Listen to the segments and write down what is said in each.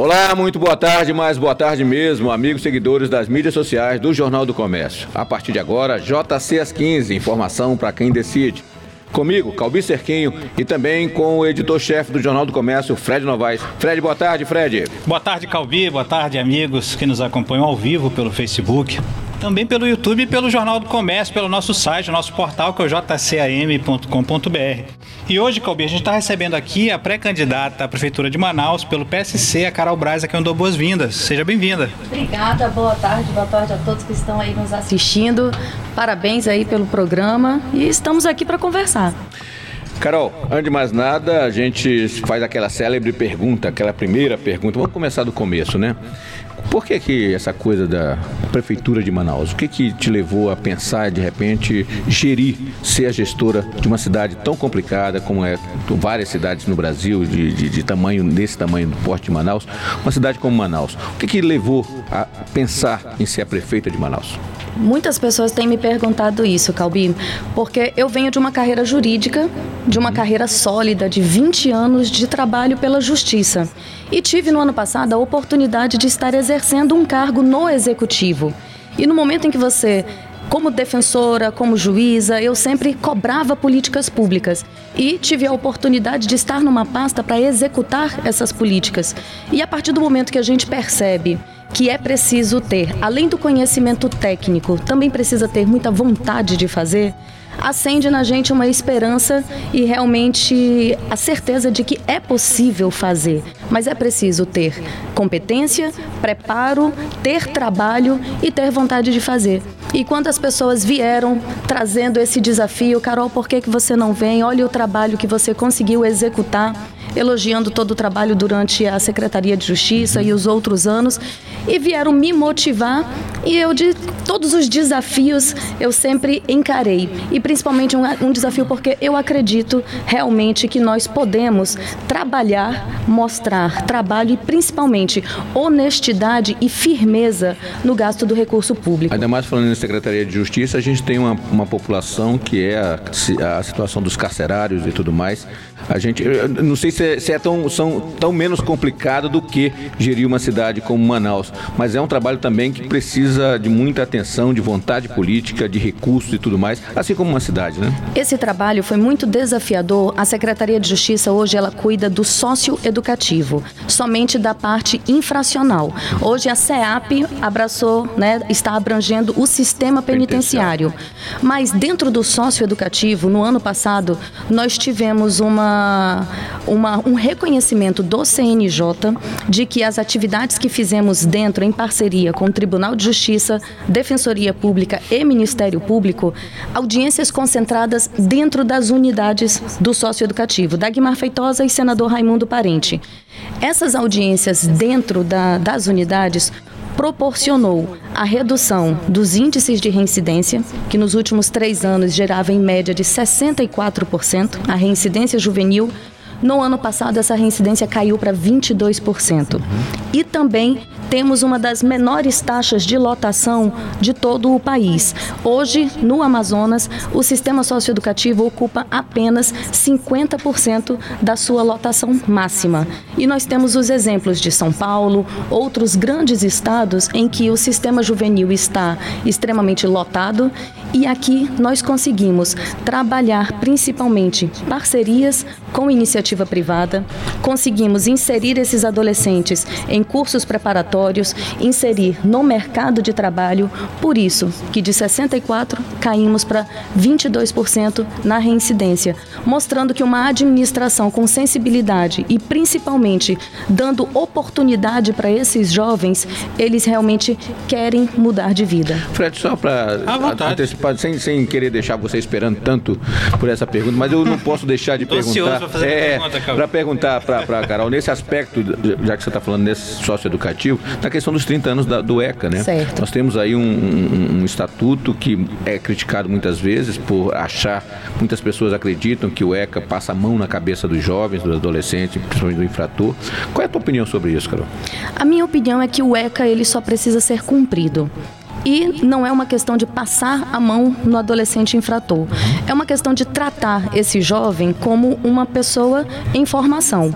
Olá, muito boa tarde, mas boa tarde mesmo, amigos seguidores das mídias sociais do Jornal do Comércio. A partir de agora, JC às 15, informação para quem decide. Comigo, Calbi Cerquinho, e também com o editor-chefe do Jornal do Comércio, Fred Novaes. Fred, boa tarde, Fred. Boa tarde, Calbi, boa tarde, amigos que nos acompanham ao vivo pelo Facebook, também pelo YouTube e pelo Jornal do Comércio, pelo nosso site, o nosso portal, que é o jcam.com.br. E hoje, Calbi, a gente está recebendo aqui a pré-candidata à Prefeitura de Manaus pelo PSC, a Carol Braz, a quem eu dou boas-vindas. Seja bem-vinda. Obrigada, boa tarde a todos que estão aí nos assistindo. Parabéns aí pelo programa e estamos aqui para conversar. Carol, antes de mais nada, a gente faz aquela célebre pergunta, aquela primeira pergunta. Vamos começar do começo, né? Por que essa coisa da Prefeitura de Manaus? O que te levou a pensar, de repente, gerir, ser a gestora de uma cidade tão complicada como é várias cidades no Brasil, de tamanho, desse tamanho do porte de Manaus, uma cidade como Manaus? O que levou a pensar em ser a prefeita de Manaus? Muitas pessoas têm me perguntado isso, Calbi, porque eu venho de uma carreira jurídica, de uma carreira sólida, de 20 anos de trabalho pela justiça. E tive no ano passado a oportunidade de estar exercendo um cargo no executivo. E no momento em que você, como defensora, como juíza, eu sempre cobrava políticas públicas e tive a oportunidade de estar numa pasta para executar essas políticas. E a partir do momento que a gente percebe que é preciso ter, além do conhecimento técnico, também precisa ter muita vontade de fazer, acende na gente uma esperança e realmente a certeza de que é possível fazer. Mas é preciso ter competência, preparo, ter trabalho e ter vontade de fazer. E quando as pessoas vieram trazendo esse desafio, Carol, por que você não vem? Olha o trabalho que você conseguiu executar, elogiando todo o trabalho durante a Secretaria de Justiça e os outros anos, e vieram me motivar, e eu, de todos os desafios, eu sempre encarei, e principalmente um desafio porque eu acredito realmente que nós podemos trabalhar, mostrar trabalho e principalmente honestidade e firmeza no gasto do recurso público. Ainda mais falando em Secretaria de Justiça, a gente tem uma população que é a situação dos carcerários e tudo mais. A gente, eu não sei se é tão menos complicado do que gerir uma cidade como Manaus, mas é um trabalho também que precisa de muita atenção, de vontade política, de recursos e tudo mais, assim como uma cidade, né? Esse trabalho foi muito desafiador. A Secretaria de Justiça hoje ela cuida do socioeducativo, somente da parte infracional. Hoje a SEAP abraçou, está abrangendo o sistema penitenciário. Mas dentro do socioeducativo, no ano passado, nós tivemos um reconhecimento do CNJ de que as atividades que fizemos dentro, em parceria com o Tribunal de Justiça, Defensoria Pública e Ministério Público, audiências concentradas dentro das unidades do socioeducativo, Dagmar Feitosa e senador Raimundo Parente. Essas audiências dentro das unidades proporcionou a redução dos índices de reincidência, que nos últimos 3 anos gerava em média de 64%, a reincidência juvenil. No ano passado, essa reincidência caiu para 22%. E também temos uma das menores taxas de lotação de todo o país. Hoje, no Amazonas, o sistema socioeducativo ocupa apenas 50% da sua lotação máxima. E nós temos os exemplos de São Paulo, outros grandes estados em que o sistema juvenil está extremamente lotado. E aqui nós conseguimos trabalhar principalmente parcerias com iniciativa privada, conseguimos inserir esses adolescentes em cursos preparatórios, inserir no mercado de trabalho, por isso que de 64% caímos para 22% na reincidência, mostrando que uma administração com sensibilidade e principalmente dando oportunidade para esses jovens, eles realmente querem mudar de vida. Fred, só para antecipar, sem querer deixar você esperando tanto por essa pergunta, mas eu não posso deixar de perguntar. Para perguntar para a Carol, nesse aspecto, já que você está falando nesse socioeducativo, na questão dos 30 anos do ECA, né? Certo. Nós temos aí um estatuto que é criticado muitas vezes por achar, muitas pessoas acreditam que o ECA passa a mão na cabeça dos jovens, dos adolescentes, principalmente do infrator. Qual é a tua opinião sobre isso, Carol? A minha opinião é que o ECA ele só precisa ser cumprido. E não é uma questão de passar a mão no adolescente infrator. É uma questão de tratar esse jovem como uma pessoa em formação.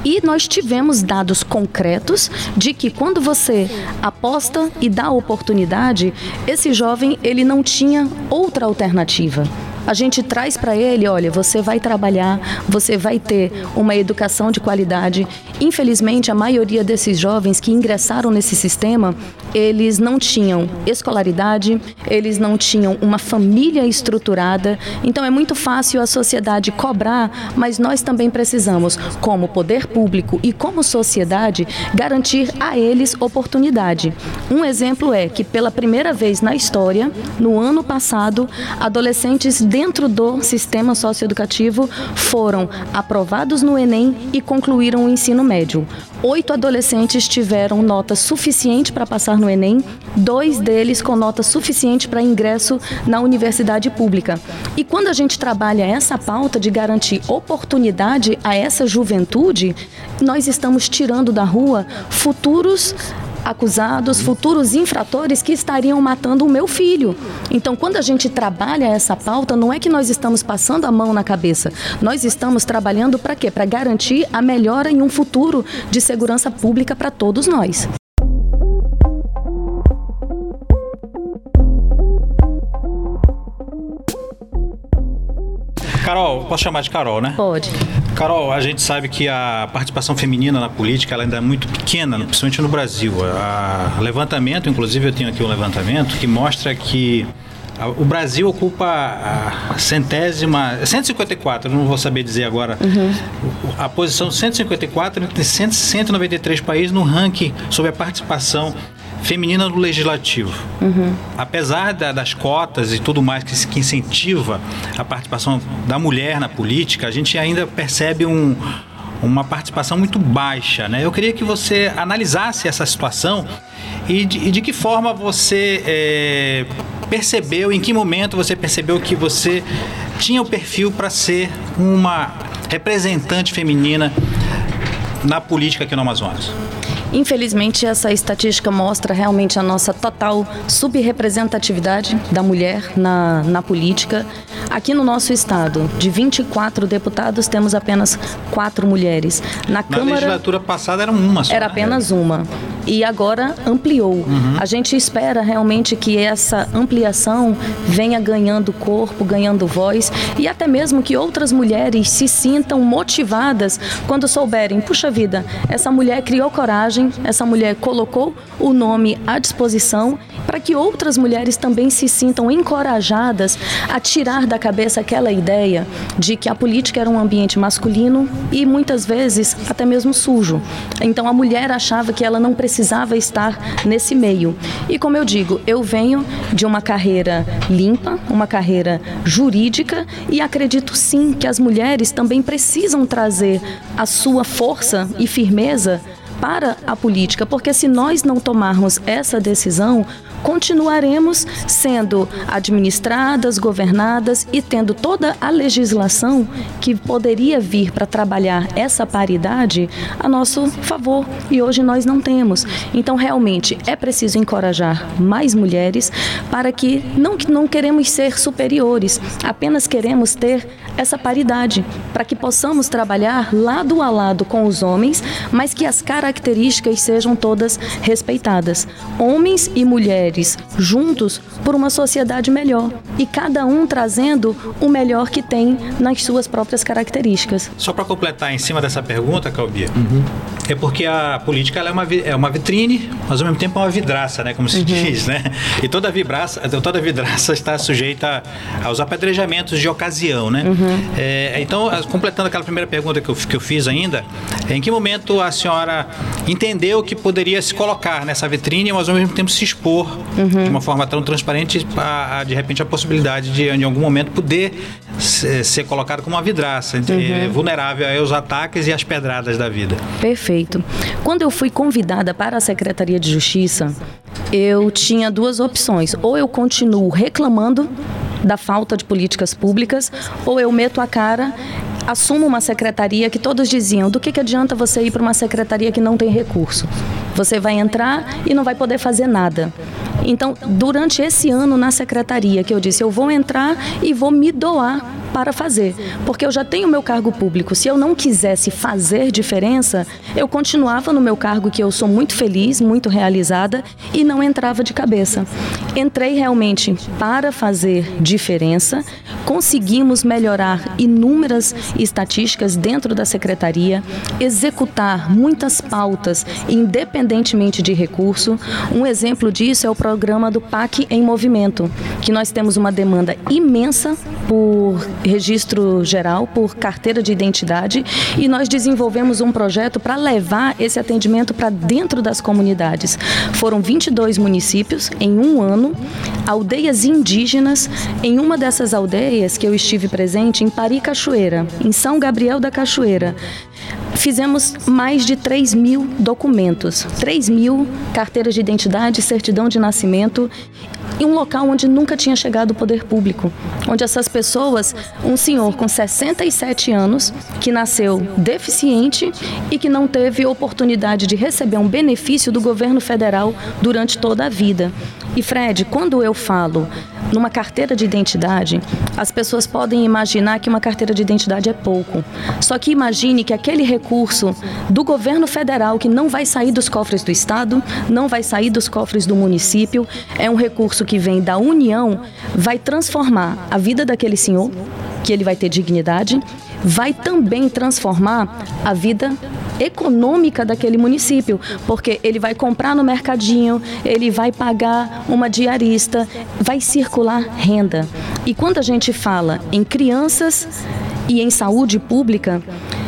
E nós tivemos dados concretos de que quando você aposta e dá oportunidade, esse jovem, ele não tinha outra alternativa. A gente traz para ele, olha, você vai trabalhar, você vai ter uma educação de qualidade. Infelizmente, a maioria desses jovens que ingressaram nesse sistema, eles não tinham escolaridade, eles não tinham uma família estruturada. Então, é muito fácil a sociedade cobrar, mas nós também precisamos, como poder público e como sociedade, garantir a eles oportunidade. Um exemplo é que, pela primeira vez na história, no ano passado, adolescentes dentro do sistema socioeducativo foram aprovados no Enem e concluíram o ensino médio. 8 adolescentes tiveram nota suficiente para passar no Enem, 2 deles com nota suficiente para ingresso na universidade pública. E quando a gente trabalha essa pauta de garantir oportunidade a essa juventude, nós estamos tirando da rua futuros acusados, futuros infratores que estariam matando o meu filho. Então, quando a gente trabalha essa pauta, não é que nós estamos passando a mão na cabeça. Nós estamos trabalhando para quê? Para garantir a melhora em um futuro de segurança pública para todos nós. Carol, posso chamar de Carol, né? Pode. Carol, a gente sabe que a participação feminina na política ela ainda é muito pequena, principalmente no Brasil. O levantamento, inclusive eu tenho aqui um levantamento que mostra que o Brasil ocupa a 154, não vou saber dizer agora, a posição 154 entre 193 países no ranking sobre a participação feminina no legislativo. Apesar das cotas e tudo mais que incentiva a participação da mulher na política, a gente ainda percebe uma participação muito baixa, né? Eu queria que você analisasse essa situação e de que forma você percebeu, em que momento você percebeu que você tinha o perfil para ser uma representante feminina na política aqui no Amazonas. Infelizmente, essa estatística mostra realmente a nossa total subrepresentatividade da mulher na política. Aqui no nosso estado, de 24 deputados, temos apenas 4 mulheres. Na Câmara, legislatura passada era uma só. Era apenas uma. E agora ampliou. A gente espera realmente que essa ampliação venha ganhando corpo, ganhando voz e até mesmo que outras mulheres se sintam motivadas quando souberem, puxa vida, essa mulher criou coragem, essa mulher colocou o nome à disposição para que outras mulheres também se sintam encorajadas a tirar da cabeça aquela ideia de que a política era um ambiente masculino e muitas vezes até mesmo sujo. Então a mulher achava que ela não precisava estar nesse meio. E como eu digo, eu venho de uma carreira limpa, uma carreira jurídica e acredito sim que as mulheres também precisam trazer a sua força e firmeza para a política, porque se nós não tomarmos essa decisão, continuaremos sendo administradas, governadas e tendo toda a legislação que poderia vir para trabalhar essa paridade a nosso favor e hoje nós não temos. Então realmente é preciso encorajar mais mulheres para que não queremos ser superiores, apenas queremos ter essa paridade para que possamos trabalhar lado a lado com os homens, mas que as características sejam todas respeitadas. Homens e mulheres juntos por uma sociedade melhor e cada um trazendo o melhor que tem nas suas próprias características. Só para completar em cima dessa pergunta, Calbia, é porque a política ela é uma vitrine, mas ao mesmo tempo é uma vidraça, né, como se diz, né? E toda vidraça está sujeita aos apedrejamentos de ocasião, né? Então, completando aquela primeira pergunta que eu fiz ainda, em que momento a senhora entendeu que poderia se colocar nessa vitrine, mas ao mesmo tempo se expor de uma forma tão transparente, de repente a possibilidade de em algum momento poder ser colocado como uma vidraça, vulnerável aos ataques e às pedradas da vida? Perfeito. Quando eu fui convidada para a Secretaria de Justiça, eu tinha 2 opções. Ou eu continuo reclamando da falta de políticas públicas, ou eu meto a cara, assumo uma secretaria que todos diziam, do que adianta você ir para uma secretaria que não tem recurso? Você vai entrar e não vai poder fazer nada. Então, durante esse ano na secretaria que eu disse, eu vou entrar e vou me doar para fazer, porque eu já tenho meu cargo público. Se eu não quisesse fazer diferença, eu continuava no meu cargo, que eu sou muito feliz, muito realizada, e não entrava de cabeça. Entrei realmente para fazer diferença, conseguimos melhorar inúmeras estatísticas dentro da secretaria, executar muitas pautas, independentemente de recurso. Um exemplo disso é o programa do PAC em Movimento, que nós temos uma demanda imensa por registro geral, por carteira de identidade, e nós desenvolvemos um projeto para levar esse atendimento para dentro das comunidades. Foram 22 municípios em um ano, aldeias indígenas. Em uma dessas aldeias que eu estive presente, em Pari Cachoeira, em São Gabriel da Cachoeira, fizemos mais de 3.000 documentos, 3.000 carteiras de identidade, certidão de nascimento, em um local onde nunca tinha chegado o poder público, onde essas pessoas, um senhor com 67 anos, que nasceu deficiente e que não teve oportunidade de receber um benefício do governo federal durante toda a vida. E Fred, quando eu falo numa carteira de identidade, as pessoas podem imaginar que uma carteira de identidade é pouco. Só que imagine que aquele recurso do governo federal, que não vai sair dos cofres do estado, não vai sair dos cofres do município, é um recurso que vem da União, vai transformar a vida daquele senhor, que ele vai ter dignidade, vai também transformar a vida econômica daquele município, porque ele vai comprar no mercadinho, ele vai pagar uma diarista, vai circular renda. E quando a gente fala em crianças e em saúde pública,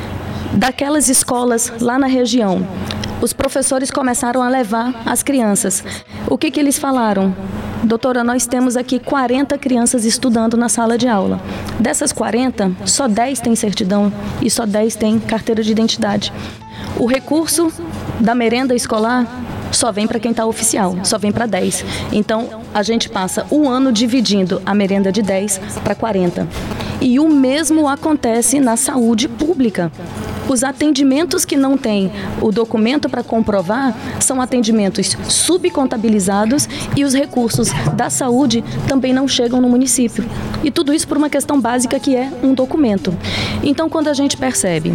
daquelas escolas lá na região, os professores começaram a levar as crianças. O que eles falaram? Doutora, nós temos aqui 40 crianças estudando na sala de aula. Dessas 40, só 10 têm certidão e só 10 têm carteira de identidade. O recurso da merenda escolar só vem para quem está oficial, só vem para 10. Então, a gente passa um ano dividindo a merenda de 10 para 40. E o mesmo acontece na saúde pública. Os atendimentos que não têm o documento para comprovar são atendimentos subcontabilizados e os recursos da saúde também não chegam no município. E tudo isso por uma questão básica que é um documento. Então, quando a gente percebe...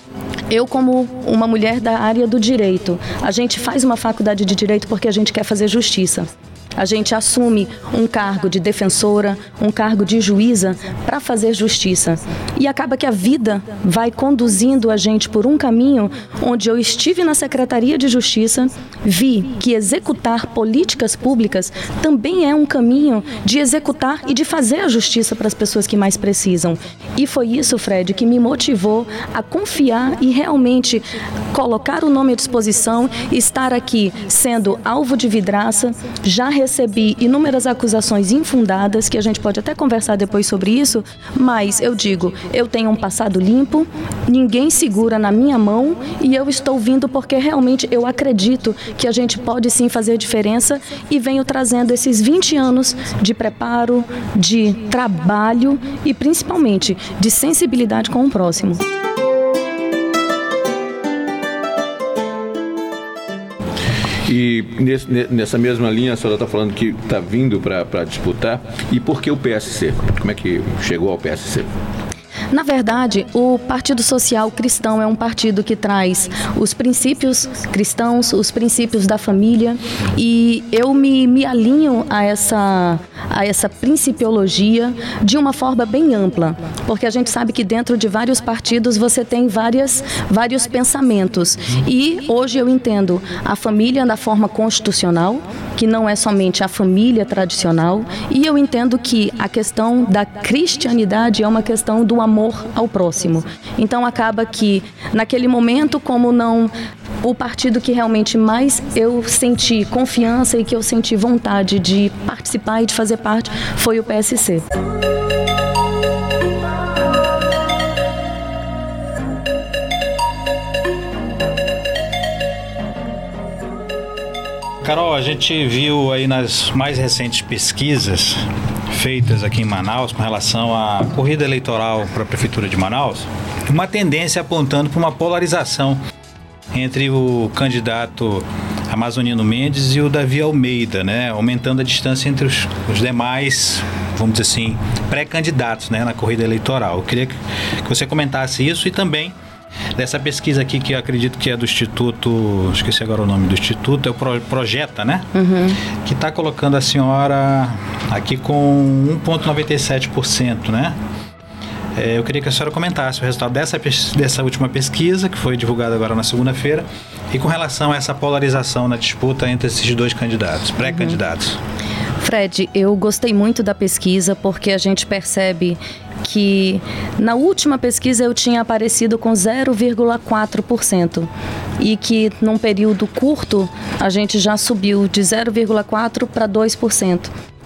Eu, como uma mulher da área do direito, a gente faz uma faculdade de direito porque a gente quer fazer justiça. A gente assume um cargo de defensora, um cargo de juíza para fazer justiça. E acaba que a vida vai conduzindo a gente por um caminho onde eu estive na Secretaria de Justiça, vi que executar políticas públicas também é um caminho de executar e de fazer a justiça para as pessoas que mais precisam. E foi isso, Fred, que me motivou a confiar e realmente colocar o nome à disposição, estar aqui sendo alvo de vidraça. Já recebi inúmeras acusações infundadas, que a gente pode até conversar depois sobre isso, mas eu digo, eu tenho um passado limpo, ninguém segura na minha mão e eu estou vindo porque realmente eu acredito que a gente pode sim fazer diferença e venho trazendo esses 20 anos de preparo, de trabalho e principalmente de sensibilidade com o próximo. E nessa mesma linha, a senhora está falando que está vindo para disputar. E por que o PSC? Como é que chegou ao PSC? Na verdade, o Partido Social Cristão é um partido que traz os princípios cristãos, os princípios da família, e eu me alinho a essa principiologia de uma forma bem ampla, porque a gente sabe que dentro de vários partidos você tem vários pensamentos, e hoje eu entendo a família da forma constitucional, que não é somente a família tradicional, e eu entendo que a questão da cristianidade é uma questão do amor ao próximo. Então acaba que naquele momento, como não o partido que realmente mais eu senti confiança e que eu senti vontade de participar e de fazer parte foi o PSC. Carol, a gente viu aí nas mais recentes pesquisas feitas aqui em Manaus com relação à corrida eleitoral para a Prefeitura de Manaus, uma tendência apontando para uma polarização entre o candidato Amazonino Mendes e o Davi Almeida, né? Aumentando a distância entre os demais vamos dizer assim, pré-candidatos, né, na corrida eleitoral. Eu queria que você comentasse isso e também dessa pesquisa aqui, que eu acredito que é do Instituto, esqueci agora o nome do Instituto, é o Projeta, né? Que está colocando a senhora aqui com 1,97%, né? Eu queria que a senhora comentasse o resultado dessa última pesquisa, que foi divulgada agora na segunda-feira, e com relação a essa polarização na disputa entre esses dois candidatos, pré-candidatos. Fred, eu gostei muito da pesquisa porque a gente percebe que na última pesquisa eu tinha aparecido com 0,4% e que num período curto a gente já subiu de 0,4% para 2%.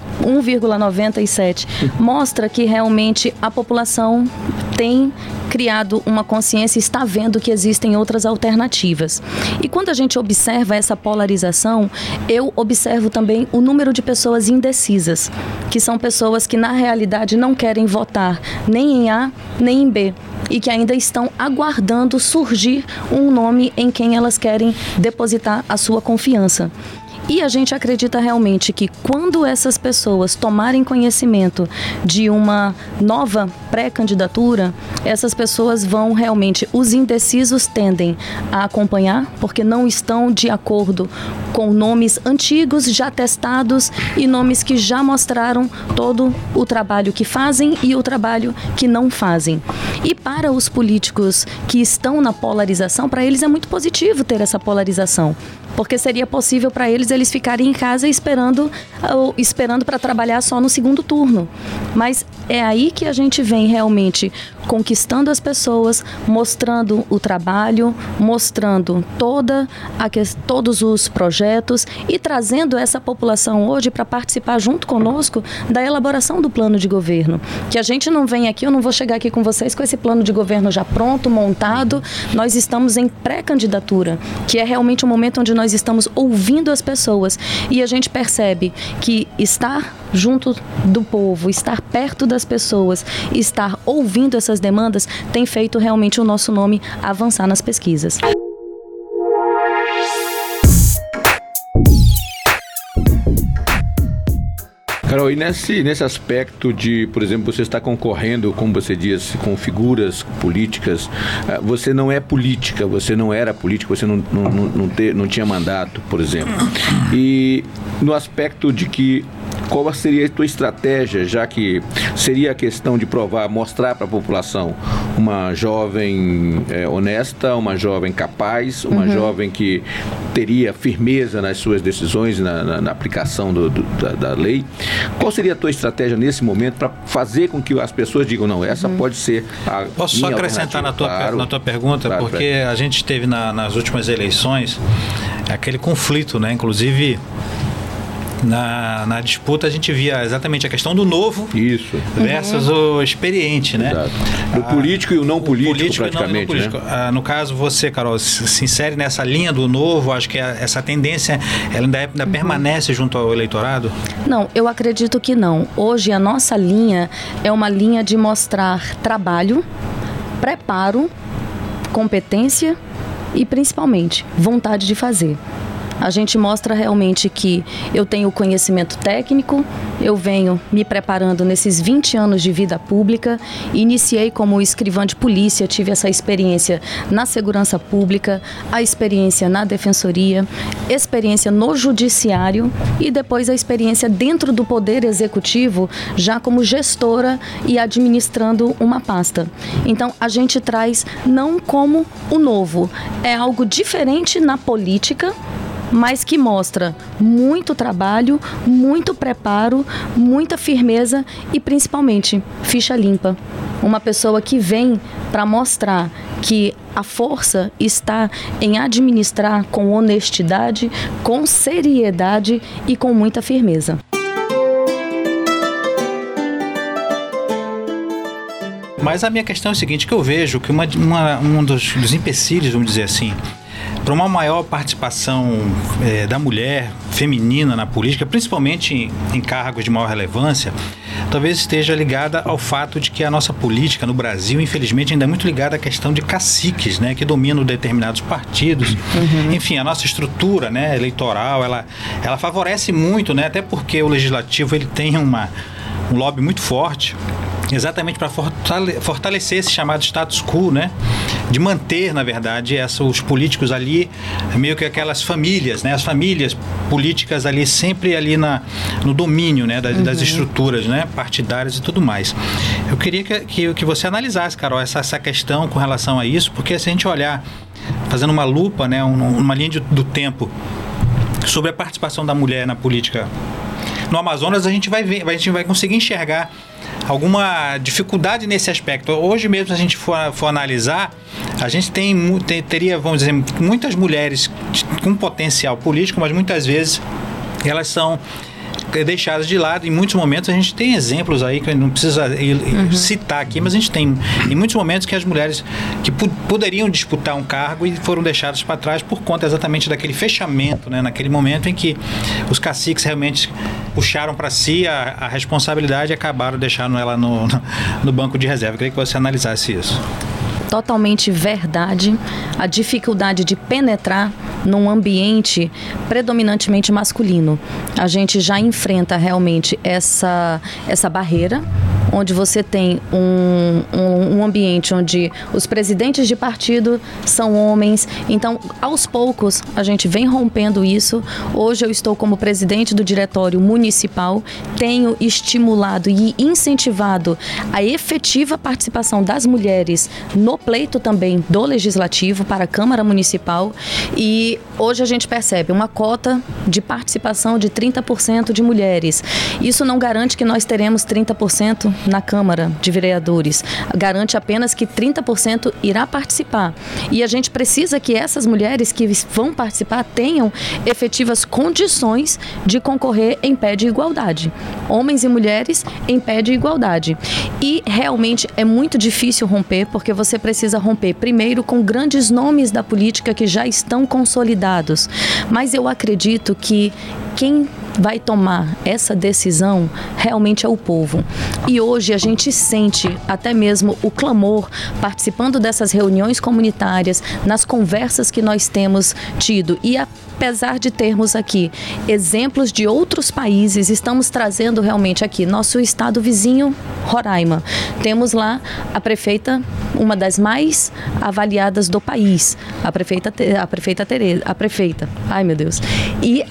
1,97%. Mostra que realmente a população tem criado uma consciência e está vendo que existem outras alternativas. E quando a gente observa essa polarização, eu observo também o número de pessoas indecisas, que são pessoas que na realidade não querem votar nem em A nem em B, e que ainda estão aguardando surgir um nome em quem elas querem depositar a sua confiança. E a gente acredita realmente que quando essas pessoas tomarem conhecimento de uma nova pré-candidatura, essas pessoas vão realmente, os indecisos tendem a acompanhar, porque não estão de acordo com nomes antigos, já testados e nomes que já mostraram todo o trabalho que fazem e o trabalho que não fazem. E para os políticos que estão na polarização, para eles é muito positivo ter essa polarização, porque seria possível para eles ficarem em casa esperando para trabalhar só no segundo turno. Mas é aí que a gente vem realmente conquistando as pessoas, mostrando o trabalho, mostrando todos os projetos e trazendo essa população hoje para participar junto conosco da elaboração do plano de governo. Que a gente não vem aqui, eu não vou chegar aqui com vocês com esse plano de governo já pronto, montado. Nós estamos em pré-candidatura, que é realmente um momento onde nós estamos ouvindo as pessoas e a gente percebe que estar junto do povo, estar perto das pessoas, estar ouvindo essas demandas tem feito realmente o nosso nome avançar nas pesquisas. Carol, e nesse aspecto de, por exemplo, você está concorrendo, como você diz, com figuras políticas, você não é política, você não era política, você não tinha mandato, por exemplo. E no aspecto de que qual seria a tua estratégia, já que seria a questão de mostrar para a população uma jovem honesta, uma jovem capaz, uma jovem que teria firmeza nas suas decisões, na aplicação da lei. Qual seria a tua estratégia nesse momento para fazer com que as pessoas digam, não, essa pode ser a Posso só acrescentar na tua pergunta, claro, porque a gente teve nas últimas eleições aquele conflito, né? Inclusive na disputa a gente via exatamente a questão do novo versus o experiente, né? Exato. Do político e o não político, praticamente, né? No caso, você, Carol, se insere nessa linha do novo, acho que essa tendência ela ainda permanece junto ao eleitorado? Não, eu acredito que não. Hoje a nossa linha é uma linha de mostrar trabalho, preparo, competência e principalmente vontade de fazer. A gente mostra realmente que eu tenho conhecimento técnico, eu venho me preparando nesses 20 anos de vida pública, iniciei como escrivã de polícia, tive essa experiência na segurança pública, a experiência na defensoria, experiência no judiciário e depois a experiência dentro do poder executivo, já como gestora e administrando uma pasta. Então a gente traz não como o novo, é algo diferente na política, mas que mostra muito trabalho, muito preparo, muita firmeza e principalmente ficha limpa. Uma pessoa que vem para mostrar que a força está em administrar com honestidade, com seriedade e com muita firmeza. Mas a minha questão é o seguinte, que eu vejo que um dos empecilhos, vamos dizer assim, para uma maior participação da mulher feminina na política, principalmente em cargos de maior relevância, talvez esteja ligada ao fato de que a nossa política no Brasil, infelizmente, ainda é muito ligada à questão de caciques, né, que dominam determinados partidos. Enfim, a nossa estrutura, né, eleitoral, ela favorece muito, né, até porque o legislativo ele tem um lobby muito forte, exatamente para fortalecer esse chamado status quo, né? De manter, na verdade, os políticos ali, meio que aquelas famílias, né? As famílias políticas ali, sempre ali no domínio, né? Das estruturas, né? Partidárias e tudo mais. Eu queria que você analisasse, Carol, essa questão com relação a isso, porque se a gente olhar, fazendo uma lupa, né? Uma linha do tempo sobre a participação da mulher na política no Amazonas, a gente vai conseguir enxergar alguma dificuldade nesse aspecto. Hoje mesmo, se a gente for analisar, a gente teria, vamos dizer, muitas mulheres com potencial político, mas muitas vezes elas são deixadas de lado. Em muitos momentos a gente tem exemplos aí que não precisa citar aqui, mas a gente tem em muitos momentos que as mulheres que poderiam disputar um cargo e foram deixadas para trás por conta exatamente daquele fechamento, né? Naquele momento em que os caciques realmente puxaram para si a responsabilidade e acabaram deixando ela no banco de reserva. Eu queria que você analisasse isso. Totalmente verdade, a dificuldade de penetrar num ambiente predominantemente masculino. A gente já enfrenta realmente essa barreira, onde você tem um ambiente onde os presidentes de partido são homens. Então, aos poucos, a gente vem rompendo isso. Hoje eu estou como presidente do diretório municipal, tenho estimulado e incentivado a efetiva participação das mulheres no pleito também do Legislativo para a Câmara Municipal, e hoje a gente percebe uma cota de participação de 30% de mulheres. Isso não garante que nós teremos 30% na Câmara de Vereadores, garante apenas que 30% irá participar. E a gente precisa que essas mulheres que vão participar tenham efetivas condições de concorrer em pé de igualdade. Homens e mulheres em pé de igualdade. E realmente é muito difícil romper, porque você precisa romper primeiro com grandes nomes da política que já estão consolidados. Mas eu acredito que quem vai tomar essa decisão realmente é o povo. E hoje a gente sente até mesmo o clamor participando dessas reuniões comunitárias, nas conversas que nós temos tido. E apesar de termos aqui exemplos de outros países, estamos trazendo realmente aqui nosso estado vizinho, Roraima. Temos lá a prefeita, uma das mais avaliadas do país, a prefeita Tereza, ai meu Deus, e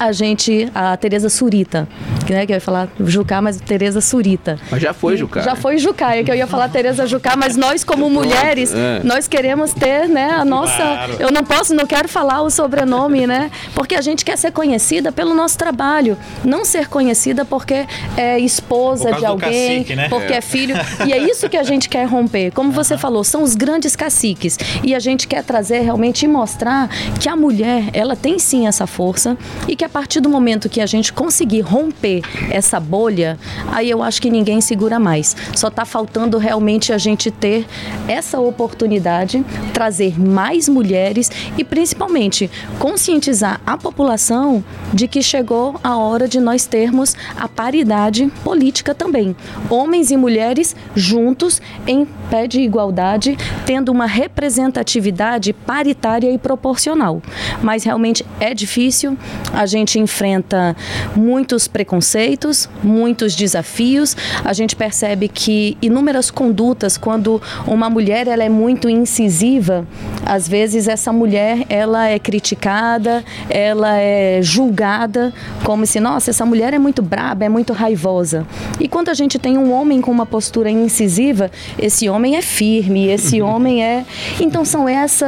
a Tereza Surita, né, que eu ia falar Jucá, mas Tereza Surita. Mas já foi Jucá. Já foi Jucá, é que eu ia falar Tereza Jucá, mas nós como mulheres, nós queremos ter, né, a nossa, claro. Eu não quero falar o sobrenome, né, porque a gente quer ser conhecida pelo nosso trabalho, não ser conhecida porque é esposa de alguém, cacique, né? Porque é filho, e é isso que a gente quer romper. Como você falou, são os grandes caciques, e a gente quer trazer realmente e mostrar que a mulher, ela tem sim essa força, e que a partir do momento que a gente conseguir romper essa bolha, aí eu acho que ninguém segura mais. Só está faltando realmente a gente ter essa oportunidade, trazer mais mulheres e principalmente conscientizar a população de que chegou a hora de nós termos a paridade política também. Homens e mulheres juntos, em pé de igualdade, tendo uma representatividade paritária e proporcional. Mas realmente é difícil, a gente enfrenta muitos preconceitos, muitos desafios, a gente percebe que inúmeras condutas, quando uma mulher ela é muito incisiva, às vezes essa mulher ela é criticada, ela é julgada como se, nossa, essa mulher é muito braba, é muito raivosa. E quando a gente tem um homem com uma postura incisiva, esse homem é firme, esse homem é... Então são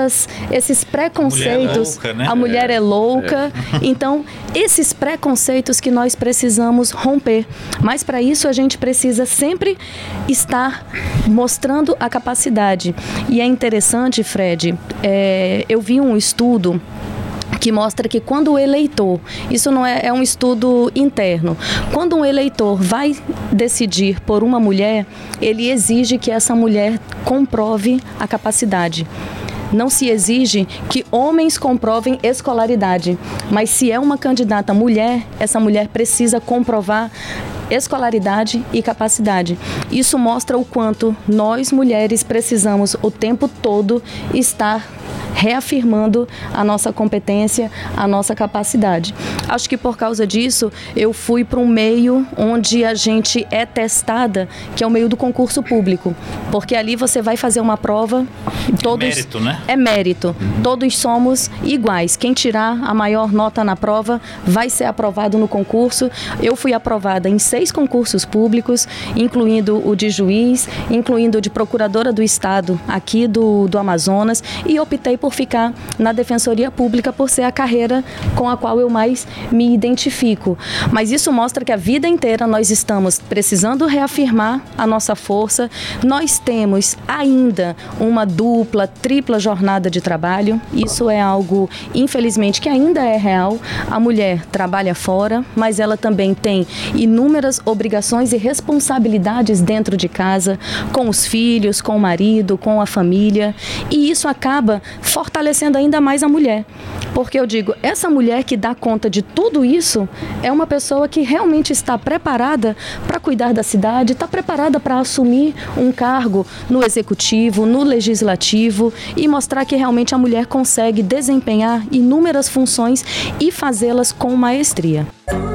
esses preconceitos. A mulher é louca. Então, esses preconceitos que nós precisamos romper. Mas para isso a gente precisa sempre estar mostrando a capacidade. E é interessante, Fred, eu vi um estudo que mostra que quando o eleitor, isso não é um estudo interno, quando um eleitor vai decidir por uma mulher, ele exige que essa mulher comprove a capacidade. não se exige que homens comprovem escolaridade, mas se é uma candidata mulher, essa mulher precisa comprovar escolaridade e capacidade. Isso mostra o quanto nós, mulheres, precisamos o tempo todo estar reafirmando a nossa competência, a nossa capacidade. Acho que por causa disso, eu fui para um meio onde a gente é testada, que é o meio do concurso público, porque ali você vai fazer uma prova, todos... Mérito, né? É mérito. Todos somos iguais. Quem tirar a maior nota na prova vai ser aprovado no concurso. Eu fui aprovada em 6 concursos públicos, incluindo o de juiz, incluindo o de procuradora do Estado aqui do Amazonas, e optei por ficar na Defensoria Pública por ser a carreira com a qual eu mais me identifico. Mas isso mostra que a vida inteira nós estamos precisando reafirmar a nossa força. Nós temos ainda uma dupla, tripla jornada de trabalho. Isso é algo, infelizmente, que ainda é real. A mulher trabalha fora, mas ela também tem inúmeras obrigações e responsabilidades dentro de casa, com os filhos, com o marido, com a família. E isso acaba fortalecendo ainda mais a mulher. Porque eu digo, essa mulher que dá conta de tudo isso é uma pessoa que realmente está preparada para cuidar da cidade, está preparada para assumir um cargo no executivo, no legislativo e mostrar que realmente a mulher consegue desempenhar inúmeras funções e fazê-las com maestria.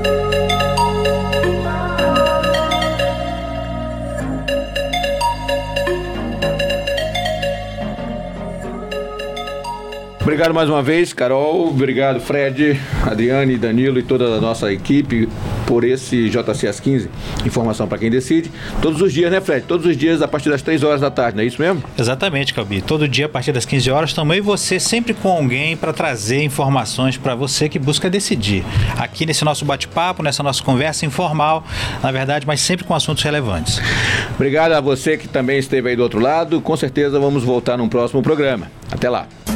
Obrigado mais uma vez, Carol. Obrigado, Fred, Adriane, Danilo e toda a nossa equipe por esse JC às 15. Informação para quem decide. Todos os dias, né, Fred? Todos os dias a partir das 3 horas da tarde, não é isso mesmo? Exatamente, Calbi. Todo dia a partir das 15 horas também você sempre com alguém para trazer informações para você que busca decidir. Aqui nesse nosso bate-papo, nessa nossa conversa informal, na verdade, mas sempre com assuntos relevantes. Obrigado a você que também esteve aí do outro lado. Com certeza vamos voltar num próximo programa. Até lá.